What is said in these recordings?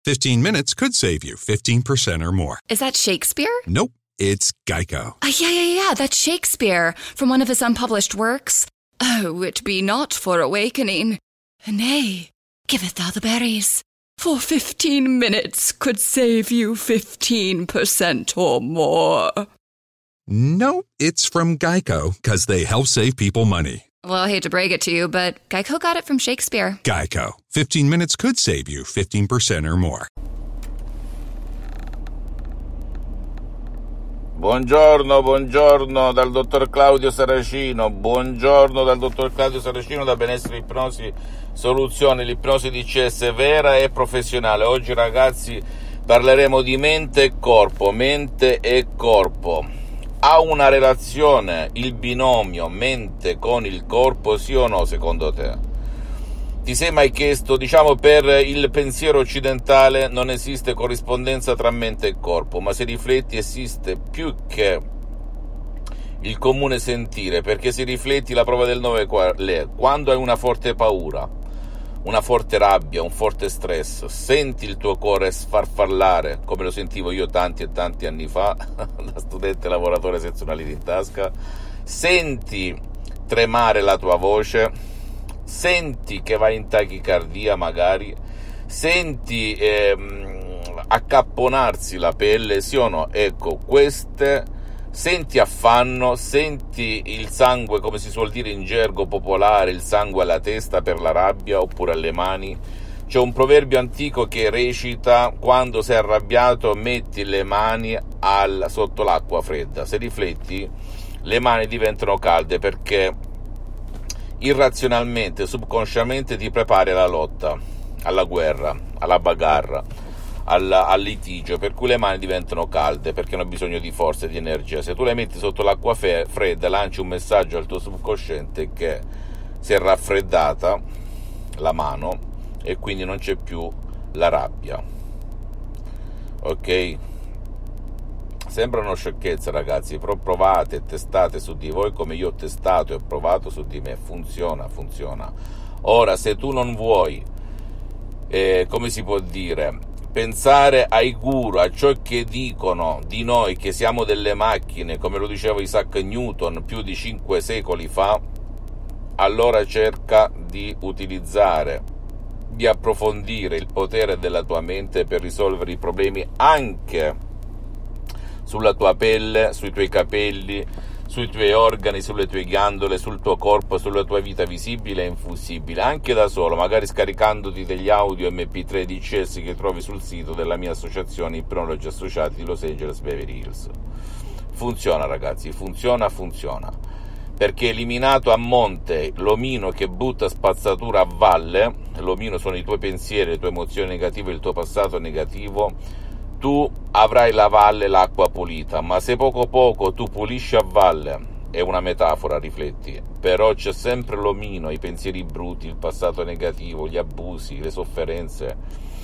15 minutes could save you 15% or more. Is that Shakespeare? Nope, it's Geico. Yeah, that's Shakespeare, from one of his unpublished works. Oh, it be not for awakening. Nay, giveth thou the berries. For 15 minutes could save you 15% or more. Nope, it's from Geico, because they help save people money. Well, I hate to break it to you, but Geico got it from Shakespeare. Geico. 15 minutes could save you 15% or more. Buongiorno dal dottor Claudio Saracino. Buongiorno dal dottor Claudio Saracino da Benessere Ipnosi Soluzioni, l'ipnosi DCS vera e professionale. Oggi, ragazzi, parleremo di mente e corpo. Mente e corpo. Ha una relazione il binomio mente con il corpo, sì o no, secondo te? Ti sei mai chiesto, per il pensiero occidentale non esiste corrispondenza tra mente e corpo, ma se rifletti esiste più che il comune sentire, perché se rifletti la prova del 9 quando hai una forte paura, una forte rabbia, un forte stress, senti il tuo cuore sfarfallare, come lo sentivo io tanti e tanti anni fa, da studente lavoratore senza una lira in tasca, senti tremare la tua voce, senti che vai in tachicardia magari, senti accapponarsi la pelle, sì o no? Ecco, senti affanno, senti il sangue, come si suol dire in gergo popolare, il sangue alla testa per la rabbia oppure alle mani. C'è un proverbio antico che recita: quando sei arrabbiato metti le mani sotto l'acqua fredda. Se rifletti, le mani diventano calde perché irrazionalmente, subconsciamente ti prepari alla lotta, alla guerra, alla bagarra, al litigio, per cui le mani diventano calde perché hanno bisogno di forza e di energia. Se tu le metti sotto l'acqua fredda, lanci un messaggio al tuo subconsciente che si è raffreddata la mano e quindi non c'è più la rabbia. Ok? Sembra una sciocchezza, ragazzi, però provate e testate su di voi come io ho testato e ho provato su di me. Funziona. Ora, se tu non vuoi, come si può dire, pensare ai guru, a ciò che dicono di noi che siamo delle macchine, come lo diceva Isaac Newton più di 5 secoli fa, allora cerca di utilizzare, di approfondire il potere della tua mente per risolvere i problemi anche sulla tua pelle, sui tuoi capelli, sui tuoi organi, sulle tue ghiandole, sul tuo corpo, sulla tua vita visibile e infusibile, anche da solo, magari scaricandoti degli audio MP3 DCS che trovi sul sito della mia associazione Ipnologi Associati di Los Angeles Beverly Hills. Funziona, ragazzi, funziona, perché eliminato a monte l'omino che butta spazzatura a valle, l'omino sono i tuoi pensieri, le tue emozioni negative, il tuo passato negativo, tu avrai la valle, l'acqua pulita, ma se poco tu pulisci a valle, è una metafora, rifletti, però c'è sempre l'omino, i pensieri brutti, il passato negativo, gli abusi, le sofferenze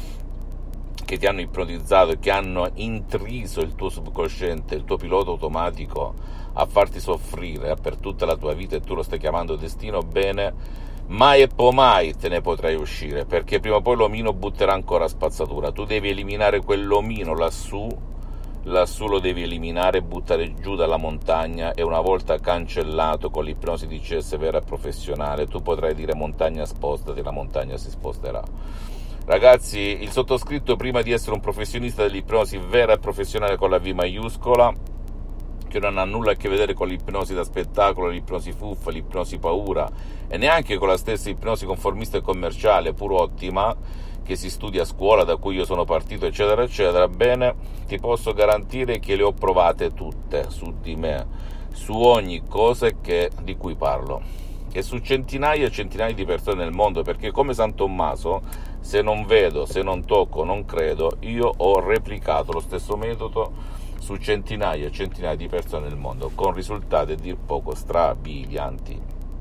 che ti hanno ipnotizzato e che hanno intriso il tuo subconsciente, il tuo pilota automatico a farti soffrire per tutta la tua vita, e tu lo stai chiamando destino. Bene, mai e poi mai te ne potrai uscire, perché prima o poi l'omino butterà ancora spazzatura. Tu devi eliminare quell'omino lassù lo devi eliminare e buttare giù dalla montagna, e una volta cancellato con l'ipnosi DCS vera e professionale tu potrai dire: montagna spostati, la montagna si sposterà. Ragazzi, il sottoscritto, prima di essere un professionista dell'ipnosi vera e professionale con la V maiuscola, che non ha nulla a che vedere con l'ipnosi da spettacolo, l'ipnosi fuffa, l'ipnosi paura, e neanche con la stessa ipnosi conformista e commerciale, pur ottima, che si studia a scuola, da cui io sono partito, eccetera eccetera. Bene, ti posso garantire che le ho provate tutte su di me, su ogni cosa di cui parlo, e su centinaia e centinaia di persone nel mondo, perché come San Tommaso, se non vedo, se non tocco, non credo, io ho replicato lo stesso metodo su centinaia e centinaia di persone nel mondo, con risultati a dir poco strabilianti.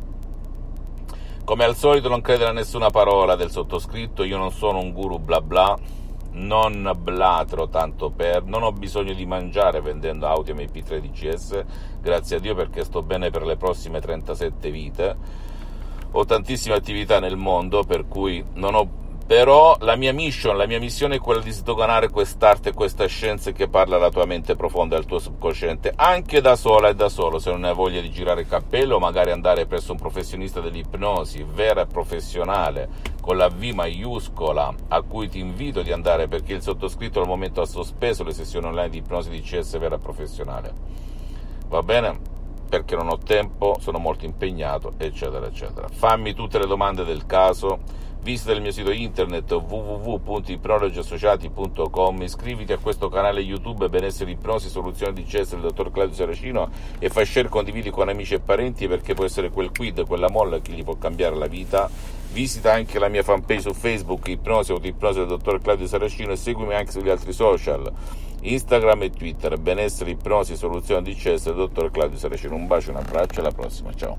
Come al solito non credere a nessuna parola del sottoscritto, io non sono un guru bla bla, non blatero tanto per, non ho bisogno di mangiare vendendo audio MP3 DCS, grazie a Dio, perché sto bene per le prossime 37 vite, ho tantissime attività nel mondo, per cui non ho Però la mia missione è quella di sdoganare quest'arte e questa scienza che parla alla tua mente profonda e al tuo subconsciente, anche da sola e da solo, se non hai voglia di girare il cappello, o magari andare presso un professionista dell'ipnosi vera e professionale, con la V maiuscola, a cui ti invito di andare, perché il sottoscritto al momento ha sospeso le sessioni online di ipnosi di CS vera e professionale. Va bene? Perché non ho tempo, sono molto impegnato, eccetera, eccetera. Fammi tutte le domande del caso. Visita il mio sito internet www.ipnologiassociati.com, iscriviti a questo canale YouTube Benessere Ipnosi Soluzione di CS del dottor Claudio Saracino e fai share, condividi con amici e parenti, perché può essere quel quid, quella molla che gli può cambiare la vita. Visita anche la mia fanpage su Facebook, Ipnosi Autoipnosi del dottor Claudio Saracino, e seguimi anche sugli altri social, Instagram e Twitter, Benessere Ipnosi Soluzione di CS del dottor Claudio Saracino. Un bacio, un abbraccio, alla prossima, ciao.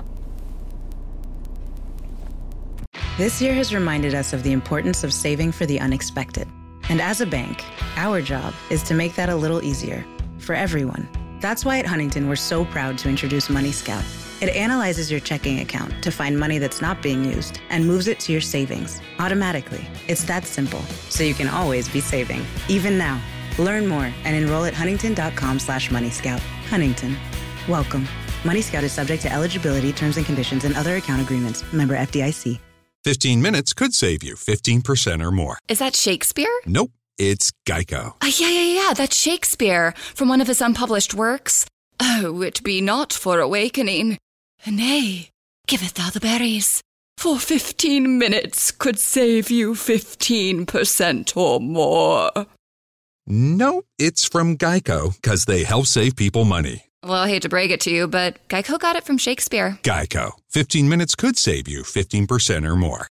This year has reminded us of the importance of saving for the unexpected. And as a bank, our job is to make that a little easier for everyone. That's why at Huntington, we're so proud to introduce Money Scout. It analyzes your checking account to find money that's not being used and moves it to your savings automatically. It's that simple, so you can always be saving, even now. Learn more and enroll at huntington.com/moneyscout. Huntington. Welcome. Money Scout is subject to eligibility, terms and conditions, and other account agreements. Member FDIC. 15 minutes could save you 15% or more. Is that Shakespeare? Nope, it's Geico. Yeah, that's Shakespeare from one of his unpublished works. Oh, it be not for awakening. Nay, giveth thou the berries. For 15 minutes could save you 15% or more. Nope, it's from Geico, because they help save people money. Well, I hate to break it to you, but Geico got it from Shakespeare. Geico. 15 minutes could save you 15% or more.